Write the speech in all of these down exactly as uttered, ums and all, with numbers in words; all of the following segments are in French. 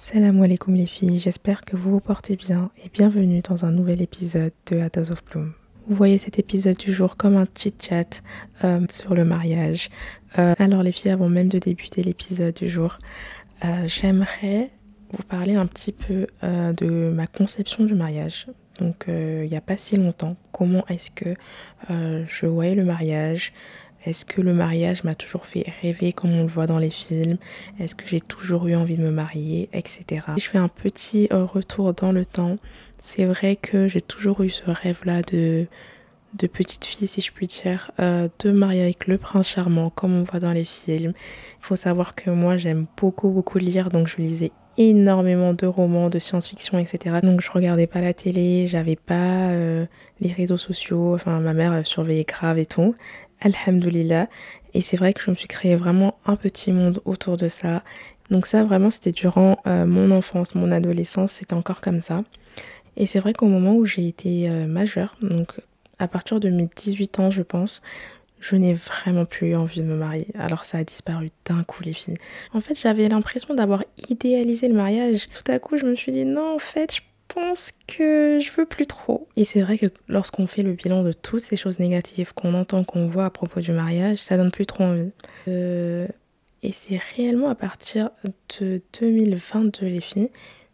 Salam alaikum les filles, j'espère que vous vous portez bien et bienvenue dans un nouvel épisode de A Dose of Bloom. Vous voyez cet épisode du jour comme un chit-chat euh, sur le mariage. Euh, alors les filles, avant même de débuter l'épisode du jour, euh, j'aimerais vous parler un petit peu euh, de ma conception du mariage. Donc euh, il n'y a pas si longtemps, comment est-ce que euh, je voyais le mariage ? Est-ce que le mariage m'a toujours fait rêver comme on le voit dans les films? Est-ce que j'ai toujours eu envie de me marier, et cetera. Je fais un petit euh, retour dans le temps. C'est vrai que j'ai toujours eu ce rêve-là de, de petite fille, si je puis dire, euh, de me marier avec le prince charmant, comme on voit dans les films. Il faut savoir que moi, j'aime beaucoup, beaucoup lire, donc je lisais énormément de romans, de science-fiction, et cetera. Donc je regardais pas la télé, j'avais pas euh, les réseaux sociaux, enfin ma mère elle surveillait grave et tout. Alhamdoulilah. Et c'est vrai que je me suis créé vraiment un petit monde autour de ça. Donc ça vraiment c'était durant euh, mon enfance, mon adolescence, c'était encore comme ça. Et c'est vrai qu'au moment où j'ai été euh, majeure, donc à partir de mes dix-huit ans je pense, je n'ai vraiment plus eu envie de me marier. Alors ça a disparu d'un coup les filles. En fait j'avais l'impression d'avoir idéalisé le mariage. Tout à coup je me suis dit non en fait je pense que je veux plus trop. Et c'est vrai que lorsqu'on fait le bilan de toutes ces choses négatives qu'on entend, qu'on voit à propos du mariage, ça donne plus trop envie. Euh, et c'est réellement à partir de deux mille vingt-deux les filles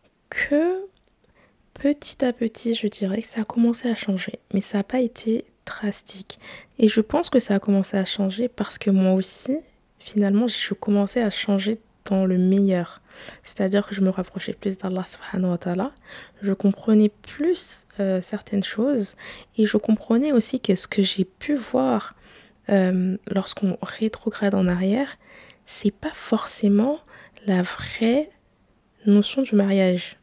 que petit à petit je dirais que ça a commencé à changer. Mais ça n'a pas été drastique. Et je pense que ça a commencé à changer parce que moi aussi, finalement, je commençais à changer dans le meilleur. C'est-à-dire que je me rapprochais plus d'Allah subhanahu wa ta'ala. Je comprenais plus euh, certaines choses et je comprenais aussi que ce que j'ai pu voir euh, lorsqu'on rétrograde en arrière, c'est pas forcément la vraie notion du mariage.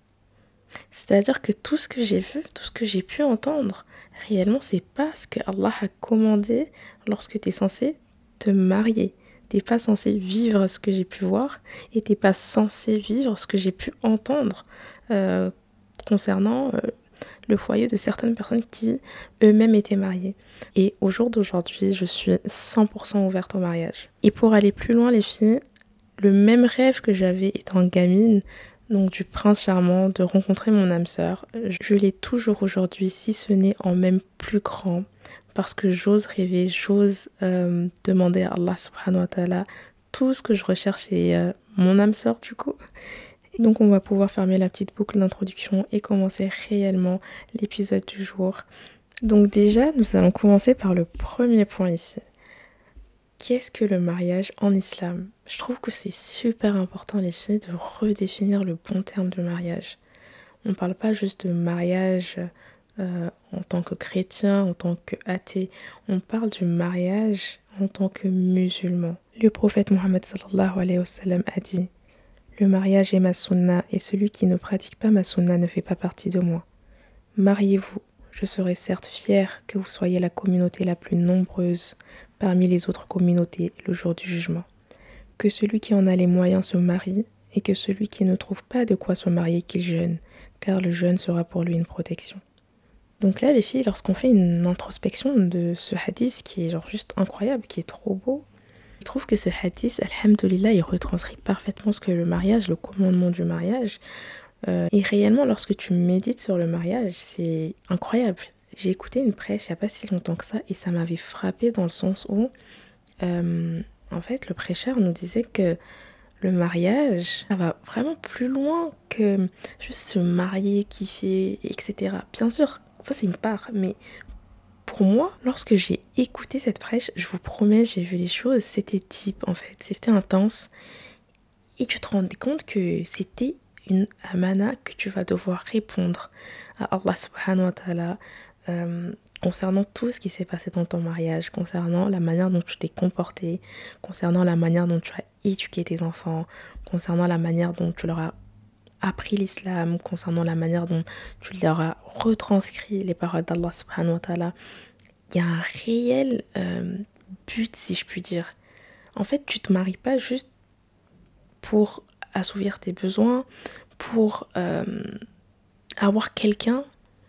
C'est-à-dire que tout ce que j'ai vu, tout ce que j'ai pu entendre, réellement, c'est pas ce que Allah a commandé lorsque tu es censé te marier. T'es pas censé vivre ce que j'ai pu voir et t'es pas censé vivre ce que j'ai pu entendre euh, concernant euh, le foyer de certaines personnes qui eux-mêmes étaient mariées. Et au jour d'aujourd'hui, je suis cent pour cent ouverte au mariage. Et pour aller plus loin, les filles, le même rêve que j'avais étant gamine, donc du prince charmant, de rencontrer mon âme sœur, je l'ai toujours aujourd'hui, si ce n'est en même plus grand, parce que j'ose rêver, j'ose euh, demander à Allah subhanahu wa ta'ala tout ce que je recherche et euh, mon âme sœur du coup. Et donc on va pouvoir fermer la petite boucle d'introduction et commencer réellement l'épisode du jour. Donc déjà, nous allons commencer par le premier point ici. Qu'est-ce que le mariage en islam? Je trouve que c'est super important les filles de redéfinir le bon terme de mariage. On ne parle pas juste de mariage euh, en tant que chrétien, en tant que athée. On parle du mariage en tant que musulman. Le prophète Mohammed sallallahu alayhi wa sallam a dit: le mariage est ma sunna et celui qui ne pratique pas ma sunna ne fait pas partie de moi. Mariez-vous. Je serai certes fière que vous soyez la communauté la plus nombreuse parmi les autres communautés le jour du jugement. Que celui qui en a les moyens se marie et que celui qui ne trouve pas de quoi se marier qu'il jeûne, car le jeûne sera pour lui une protection. Donc là les filles, lorsqu'on fait une introspection de ce hadith qui est genre juste incroyable, qui est trop beau, je trouve que ce hadith, alhamdoulilah, il retranscrit parfaitement ce que le mariage, le commandement du mariage. Euh, et réellement, lorsque tu médites sur le mariage, c'est incroyable. J'ai écouté une prêche il n'y a pas si longtemps que ça et ça m'avait frappée dans le sens où, euh, en fait, le prêcheur nous disait que le mariage, ça va vraiment plus loin que juste se marier, kiffer, et cetera. Bien sûr, ça c'est une part, mais pour moi, lorsque j'ai écouté cette prêche, je vous promets, j'ai vu les choses, c'était deep en fait, c'était intense. Et tu te rendais compte que c'était une amana que tu vas devoir répondre à Allah subhanahu wa ta'ala euh, concernant tout ce qui s'est passé dans ton mariage, concernant la manière dont tu t'es comporté, concernant la manière dont tu as éduqué tes enfants, concernant la manière dont tu leur as appris l'islam, concernant la manière dont tu leur as retranscrit les paroles d'Allah subhanahu wa ta'ala. Il y a un réel euh, but, si je puis dire. En fait, tu te maries pas juste pour assouvir tes besoins, pour euh, avoir quelqu'un.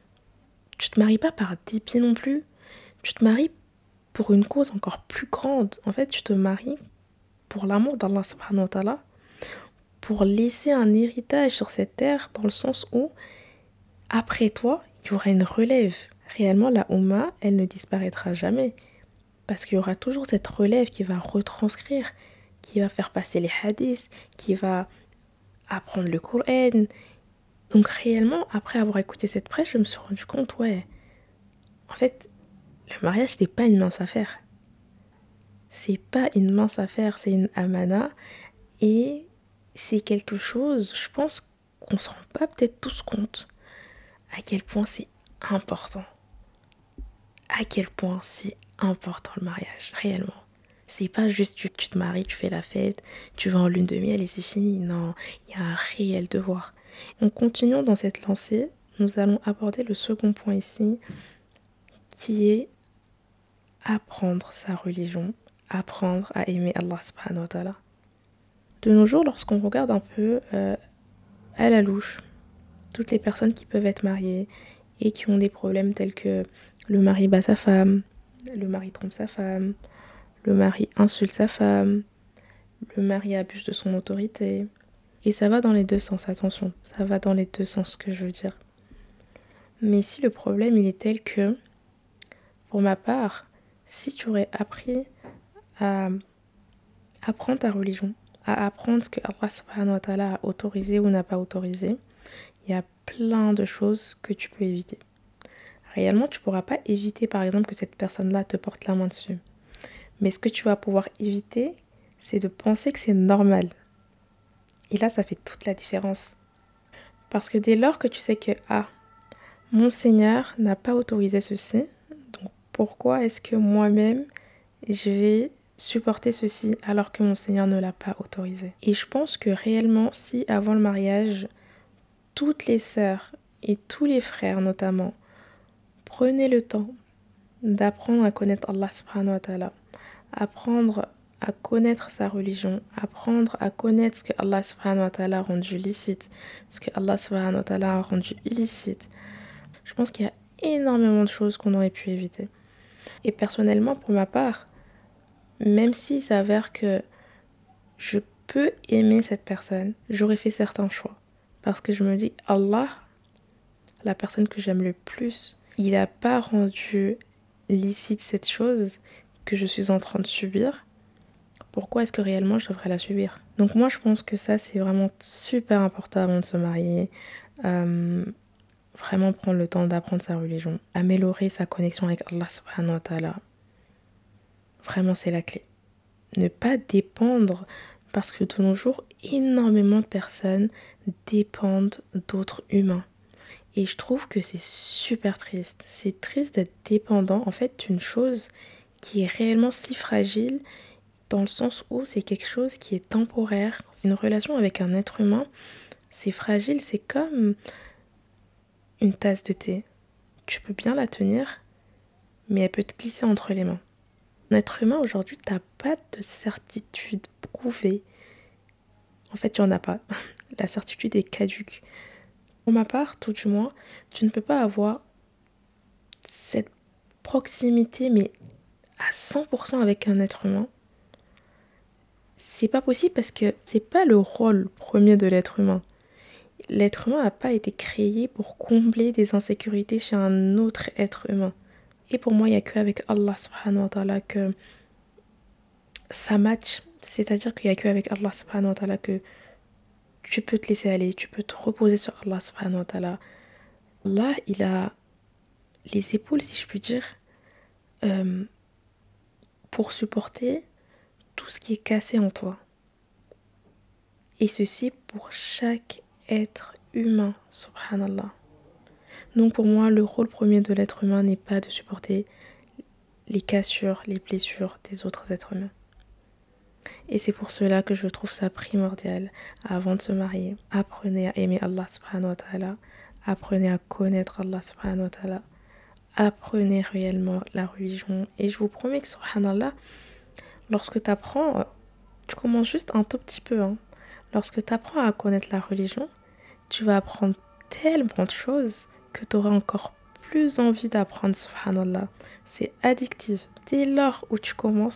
Tu te maries pas par dépit non plus. Tu te maries pour une cause encore plus grande. En fait, tu te maries pour l'amour d'Allah subhanahu wa ta'ala, pour laisser un héritage sur cette terre, dans le sens où, après toi, il y aura une relève. Réellement, la Oumma, elle ne disparaîtra jamais. Parce qu'il y aura toujours cette relève qui va retranscrire, qui va faire passer les hadiths, qui va apprendre le Coran. Donc réellement, après avoir écouté cette prêche, je me suis rendu compte, ouais, en fait, le mariage, n'est pas une mince affaire. C'est pas une mince affaire, c'est une amana. Et c'est quelque chose, je pense qu'on se rend pas peut-être tous compte à quel point c'est important. À quel point c'est important le mariage, réellement. C'est pas juste tu, tu te maries, tu fais la fête, tu vas en lune de miel et c'est fini. Non, il y a un réel devoir. En continuant dans cette lancée, nous allons aborder le second point ici, qui est apprendre sa religion, apprendre à aimer Allah subhanahu wa ta'ala. De nos jours, lorsqu'on regarde un peu euh, à la louche, toutes les personnes qui peuvent être mariées et qui ont des problèmes tels que le mari bat sa femme, le mari trompe sa femme, le mari insulte sa femme, le mari abuse de son autorité. Et ça va dans les deux sens, attention, ça va dans les deux sens, ce que je veux dire. Mais ici, le problème, il est tel que, pour ma part, si tu aurais appris à apprendre ta religion, à apprendre ce que Allah subhanahu wa ta'ala a autorisé ou n'a pas autorisé, il y a plein de choses que tu peux éviter. Réellement, tu ne pourras pas éviter, par exemple, que cette personne-là te porte la main dessus. Mais ce que tu vas pouvoir éviter, c'est de penser que c'est normal. Et là, ça fait toute la différence. Parce que dès lors que tu sais que, ah, mon Seigneur n'a pas autorisé ceci, donc pourquoi est-ce que moi-même, je vais supporter ceci alors que mon Seigneur ne l'a pas autorisé? Et je pense que réellement, si avant le mariage, toutes les sœurs et tous les frères notamment, prenaient le temps d'apprendre à connaître Allah subhanahu wa ta'ala, apprendre à connaître sa religion, apprendre à connaître ce que Allah subhanahu wa ta'ala a rendu licite, ce que Allah subhanahu wa ta'ala a rendu illicite. Je pense qu'il y a énormément de choses qu'on aurait pu éviter. Et personnellement, pour ma part, même s'il s'avère que je peux aimer cette personne, j'aurais fait certains choix. Parce que je me dis, Allah, la personne que j'aime le plus, il n'a pas rendu licite cette chose que je suis en train de subir. Pourquoi est-ce que réellement je devrais la subir? Donc moi je pense que ça c'est vraiment super important avant de se marier. Euh, vraiment prendre le temps d'apprendre sa religion, améliorer sa connexion avec Allah subhanahu wa ta'ala. Vraiment c'est la clé. Ne pas dépendre, parce que de nos jours énormément de personnes dépendent d'autres humains. Et je trouve que c'est super triste. C'est triste d'être dépendant en fait d'une chose qui est réellement si fragile, dans le sens où c'est quelque chose qui est temporaire. C'est une relation avec un être humain, c'est fragile, c'est comme une tasse de thé. Tu peux bien la tenir, mais elle peut te glisser entre les mains. Un être humain aujourd'hui, t'as pas de certitude prouvée. En fait, il n'y en a pas. La certitude est caduque. Pour ma part, tout du moins, tu ne peux pas avoir cette proximité, mais à cent pour cent avec un être humain. C'est pas possible parce que c'est pas le rôle premier de l'être humain. L'être humain n'a pas été créé pour combler des insécurités chez un autre être humain. Et pour moi, il n'y a qu'avec Allah subhanahu wa ta'ala que ça match. C'est-à-dire qu'il n'y a qu'avec Allah subhanahu wa ta'ala que tu peux te laisser aller, tu peux te reposer sur Allah subhanahu wa ta'ala. Allah, il a les épaules, si je puis dire, euh, pour supporter tout ce qui est cassé en toi. Et ceci pour chaque être humain, subhanallah. Donc pour moi, le rôle premier de l'être humain n'est pas de supporter les cassures, les blessures des autres êtres humains. Et c'est pour cela que je trouve ça primordial, avant de se marier. Apprenez à aimer Allah subhanahu wa ta'ala, apprenez à connaître Allah subhanahu wa ta'ala, apprenez réellement la religion. Et je vous promets que subhanallah, lorsque tu apprends, tu commences juste un tout petit peu. Hein. Lorsque tu apprends à connaître la religion, tu vas apprendre tellement de choses que tu auras encore plus envie d'apprendre, subhanallah. C'est addictif. Dès lors où tu commences,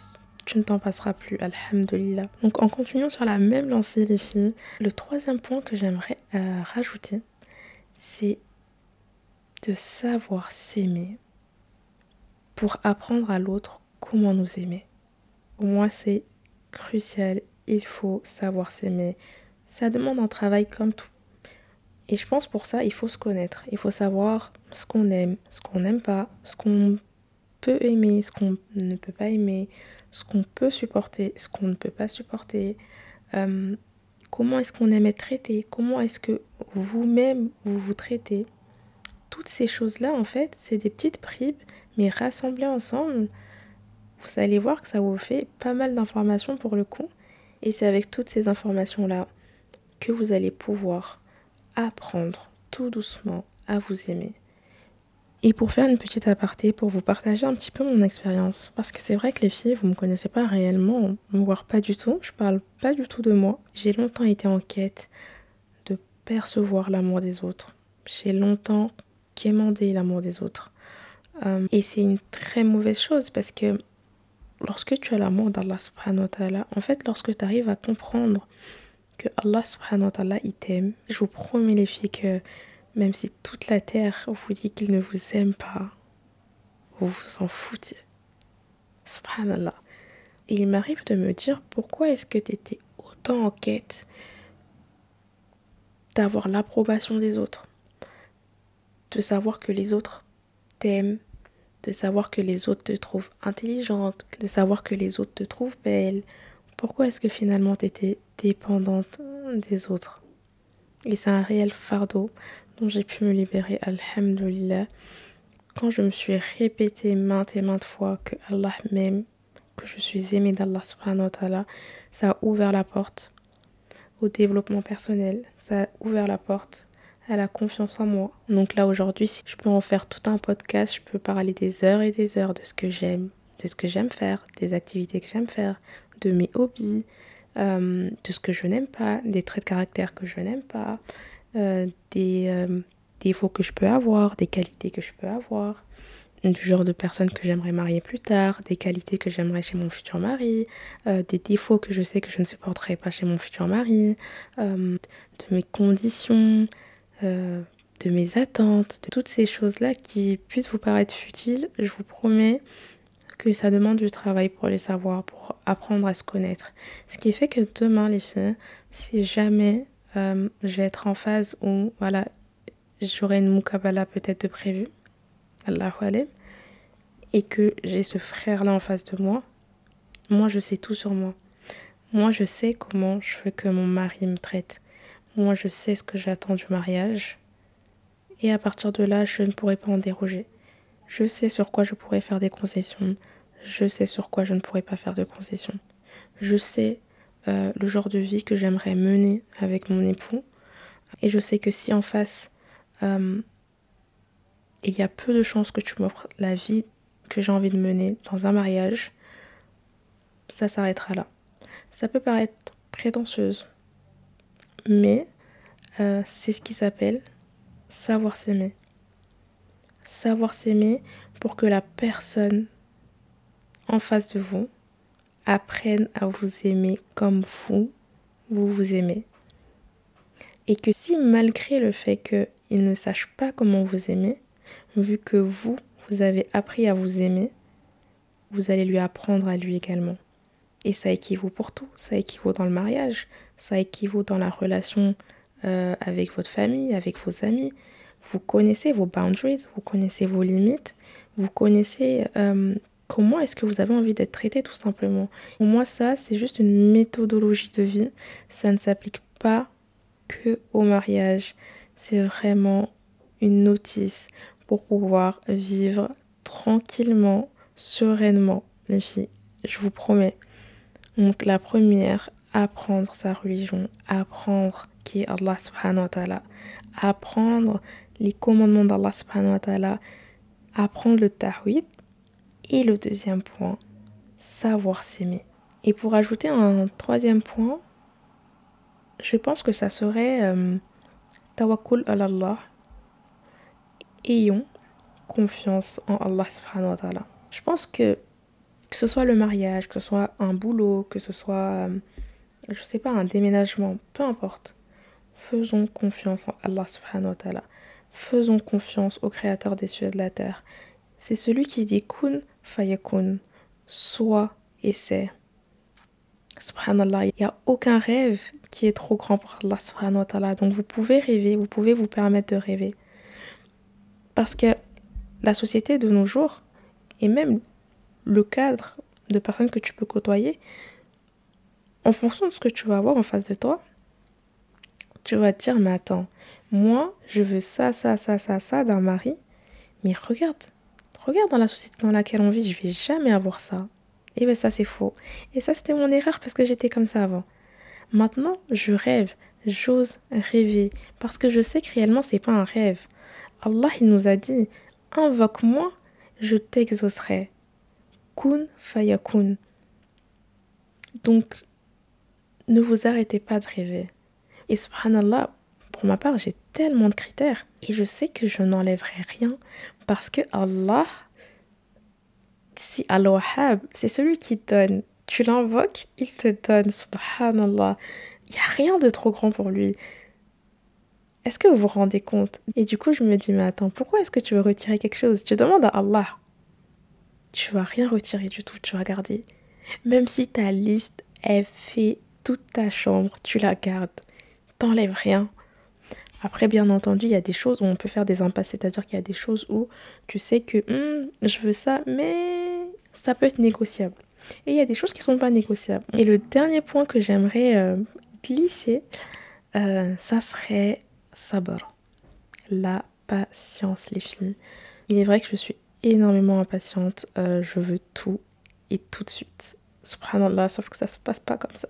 tu ne t'en passeras plus, alhamdoulilah. Donc en continuant sur la même lancée les filles, le troisième point que j'aimerais euh, rajouter, c'est de savoir s'aimer pour apprendre à l'autre comment nous aimer. Pour moi c'est crucial, il faut savoir s'aimer. Ça demande un travail comme tout. Et je pense pour ça il faut se connaître, il faut savoir ce qu'on aime, ce qu'on n'aime pas, ce qu'on peut aimer, ce qu'on ne peut pas aimer, ce qu'on peut supporter, ce qu'on ne peut pas supporter, euh, comment est-ce qu'on aime être traité, comment est-ce que vous-même vous vous traitez. Toutes ces choses-là, en fait, c'est des petites bribes, mais rassemblées ensemble, vous allez voir que ça vous fait pas mal d'informations pour le coup. Et c'est avec toutes ces informations-là que vous allez pouvoir apprendre tout doucement à vous aimer. Et pour faire une petite aparté, pour vous partager un petit peu mon expérience, parce que c'est vrai que les filles, vous ne me connaissez pas réellement, voire pas du tout, je parle pas du tout de moi. J'ai longtemps été en quête de percevoir l'amour des autres. J'ai longtemps quémandé l'amour des autres. Euh, et c'est une très mauvaise chose parce que lorsque tu as l'amour d'Allah subhanahu wa ta'ala, en fait, lorsque tu arrives à comprendre que Allah subhanahu wa ta'ala, il t'aime, je vous promets les filles que même si toute la terre vous dit qu'il ne vous aime pas, vous vous en foutez. Subhanallah. Et il m'arrive de me dire pourquoi est-ce que tu étais autant en quête d'avoir l'approbation des autres, de savoir que les autres t'aiment, de savoir que les autres te trouvent intelligente, de savoir que les autres te trouvent belle. Pourquoi est-ce que finalement tu étais dépendante des autres? Et c'est un réel fardeau dont j'ai pu me libérer, alhamdoulilah, quand je me suis répété maintes et maintes fois que Allah m'aime, que je suis aimée d'Allah subhanahu wa ta'ala, ça a ouvert la porte au développement personnel, ça a ouvert la porte à la confiance en moi. Donc là aujourd'hui, si je peux en faire tout un podcast, je peux parler des heures et des heures de ce que j'aime, de ce que j'aime faire, des activités que j'aime faire, de mes hobbies, euh, de ce que je n'aime pas, des traits de caractère que je n'aime pas, euh, des euh, défauts que je peux avoir, des qualités que je peux avoir, du genre de personne que j'aimerais marier plus tard, des qualités que j'aimerais chez mon futur mari, euh, des défauts que je sais que je ne supporterai pas chez mon futur mari, euh, de mes conditions, euh, de mes attentes, de toutes ces choses-là qui puissent vous paraître futiles, je vous promets que ça demande du travail pour les savoir, pour apprendre à se connaître. Ce qui fait que demain, les filles, si jamais euh, je vais être en phase où, voilà, j'aurai une mukabala peut-être de prévu, Allahu alam, et que j'ai ce frère-là en face de moi, moi je sais tout sur moi. Moi je sais comment je veux que mon mari me traite. Moi je sais ce que j'attends du mariage. Et à partir de là, je ne pourrai pas en déroger. Je sais sur quoi je pourrais faire des concessions. Je sais sur quoi je ne pourrais pas faire de concessions. Je sais euh, le genre de vie que j'aimerais mener avec mon époux. Et je sais que si en face, euh, il y a peu de chances que tu m'offres la vie que j'ai envie de mener dans un mariage, ça s'arrêtera là. Ça peut paraître prétentieuse, mais euh, c'est ce qui s'appelle savoir s'aimer. Savoir s'aimer pour que la personne en face de vous apprenne à vous aimer comme vous, vous vous aimez. Et que si malgré le fait qu'il ne sache pas comment vous aimer, vu que vous, vous avez appris à vous aimer, vous allez lui apprendre à lui également. Et ça équivaut pour tout. Ça équivaut dans le mariage, ça équivaut dans la relation euh, avec votre famille, avec vos amis. Vous connaissez vos boundaries, vous connaissez vos limites, vous connaissez euh, comment est-ce que vous avez envie d'être traité tout simplement. Pour moi, ça, c'est juste une méthodologie de vie. Ça ne s'applique pas que au mariage. C'est vraiment une notice pour pouvoir vivre tranquillement, sereinement, les filles. Je vous promets. Donc la première, apprendre sa religion, apprendre qui est Allah subhanahu wa ta'ala, apprendre les commandements d'Allah subhanahu wa ta'ala, apprendre le tawhid. Et le deuxième point, savoir s'aimer. Et pour ajouter un troisième point, je pense que ça serait euh, tawakkul ala Allah. Ayons confiance en Allah subhanahu wa ta'ala. Je pense que Que ce soit le mariage, que ce soit un boulot, que ce soit, euh, je sais pas, un déménagement, peu importe. Faisons confiance en Allah subhanahu wa ta'ala. Faisons confiance au créateur des cieux et de la terre. C'est celui qui dit kun fayakun. Sois et c'est. Subhanallah, il n'y a aucun rêve qui est trop grand pour Allah subhanahu wa ta'ala. Donc vous pouvez rêver, vous pouvez vous permettre de rêver. Parce que la société de nos jours, et même le cadre de personnes que tu peux côtoyer, en fonction de ce que tu vas avoir en face de toi, tu vas te dire, mais attends, moi, je veux ça, ça, ça, ça, ça d'un mari, mais regarde, regarde dans la société dans laquelle on vit, je vais jamais avoir ça. Et bien ça, c'est faux. Et ça, c'était mon erreur parce que j'étais comme ça avant. Maintenant, je rêve, j'ose rêver, parce que je sais que réellement, c'est pas un rêve. Allah, il nous a dit, invoque-moi, je t'exaucerai. Kun fayakun. Donc, ne vous arrêtez pas de rêver. Et subhanallah, pour ma part, j'ai tellement de critères. Et je sais que je n'enlèverai rien. Parce que Allah, si Al-Wahhab, c'est celui qui donne. Tu l'invoques, il te donne. Subhanallah. Il n'y a rien de trop grand pour lui. Est-ce que vous vous rendez compte? Et du coup, je me dis, mais attends, pourquoi est-ce que tu veux retirer quelque chose? Tu demandes à Allah. Tu vas rien retirer du tout, tu vas garder. Même si ta liste est faite, toute ta chambre, tu la gardes. T'enlèves rien. Après, bien entendu, il y a des choses où on peut faire des impasses, c'est-à-dire qu'il y a des choses où tu sais que hm, je veux ça, mais ça peut être négociable. Et il y a des choses qui ne sont pas négociables. Et le dernier point que j'aimerais euh, glisser, euh, ça serait sabr, la patience, les filles. Il est vrai que je suis énormément impatiente, euh, je veux tout et tout de suite. Subhanallah, sauf que ça se passe pas comme ça.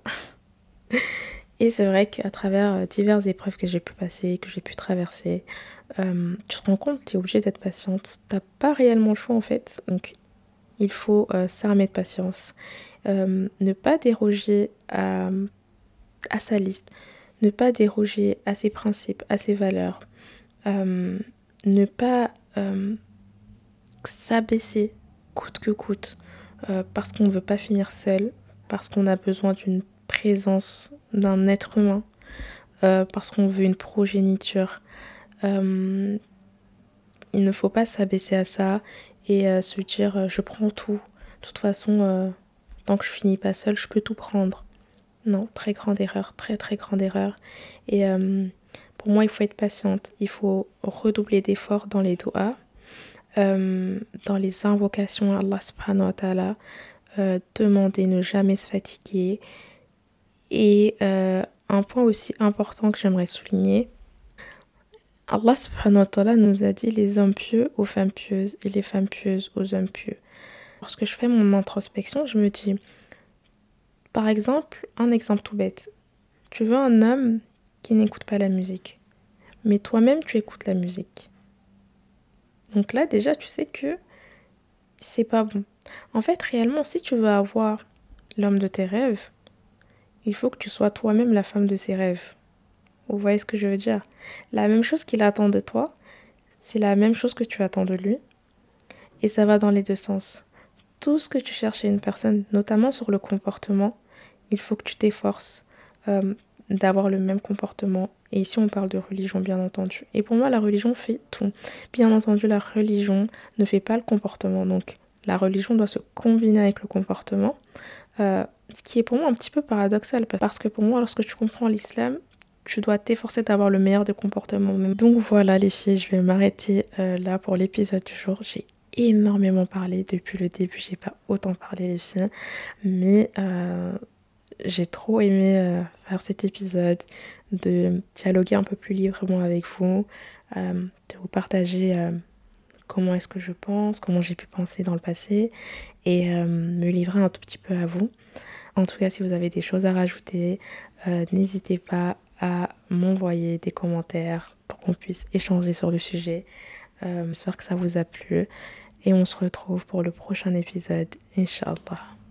Et c'est vrai qu'à travers diverses épreuves que j'ai pu passer, que j'ai pu traverser, euh, tu te rends compte que tu es obligée d'être patiente. T'as pas réellement le choix en fait. Donc il faut euh, s'armer de patience. Euh, ne pas déroger à, à sa liste. Ne pas déroger à ses principes, à ses valeurs. Euh, ne pas euh, s'abaisser coûte que coûte. Euh, parce qu'on ne veut pas finir seul. Parce qu'on a besoin d'une présence d'un être humain, euh, parce qu'on veut une progéniture. Euh, il ne faut pas s'abaisser à ça et euh, se dire euh, je prends tout. De toute façon, euh, tant que je finis pas seule, je peux tout prendre. Non, très grande erreur, très très grande erreur. Et euh, pour moi, il faut être patiente. Il faut redoubler d'efforts dans les doigts, euh, dans les invocations à Allah subhanahu wa ta'ala, euh, demander, ne jamais se fatiguer. Et euh, un point aussi important que j'aimerais souligner, Allah subhanahu wa ta'ala nous a dit les hommes pieux aux femmes pieuses et les femmes pieuses aux hommes pieux. Lorsque je fais mon introspection, je me dis, par exemple, un exemple tout bête, tu veux un homme qui n'écoute pas la musique, mais toi-même tu écoutes la musique. Donc là déjà tu sais que c'est pas bon. En fait réellement si tu veux avoir l'homme de tes rêves, il faut que tu sois toi-même la femme de ses rêves. Vous voyez ce que je veux dire? La même chose qu'il attend de toi, c'est la même chose que tu attends de lui. Et ça va dans les deux sens. Tout ce que tu cherches chez une personne, notamment sur le comportement, il faut que tu t'efforces euh, d'avoir le même comportement. Et ici, on parle de religion, bien entendu. Et pour moi, la religion fait tout. Bien entendu, la religion ne fait pas le comportement. Donc, la religion doit se combiner avec le comportement. Euh, ce qui est pour moi un petit peu paradoxal. Parce que pour moi, lorsque tu comprends l'islam, tu dois t'efforcer d'avoir le meilleur des comportements. Donc voilà les filles, je vais m'arrêter euh, là pour l'épisode du jour. J'ai énormément parlé depuis le début, j'ai pas autant parlé les filles, mais euh, j'ai trop aimé euh, faire cet épisode, de dialoguer un peu plus librement avec vous, euh, de vous partager euh, comment est-ce que je pense, comment j'ai pu penser dans le passé et euh, me livrer un tout petit peu à vous. En tout cas, si vous avez des choses à rajouter, euh, n'hésitez pas à m'envoyer des commentaires pour qu'on puisse échanger sur le sujet. Euh, j'espère que ça vous a plu et on se retrouve pour le prochain épisode, Inch'Allah.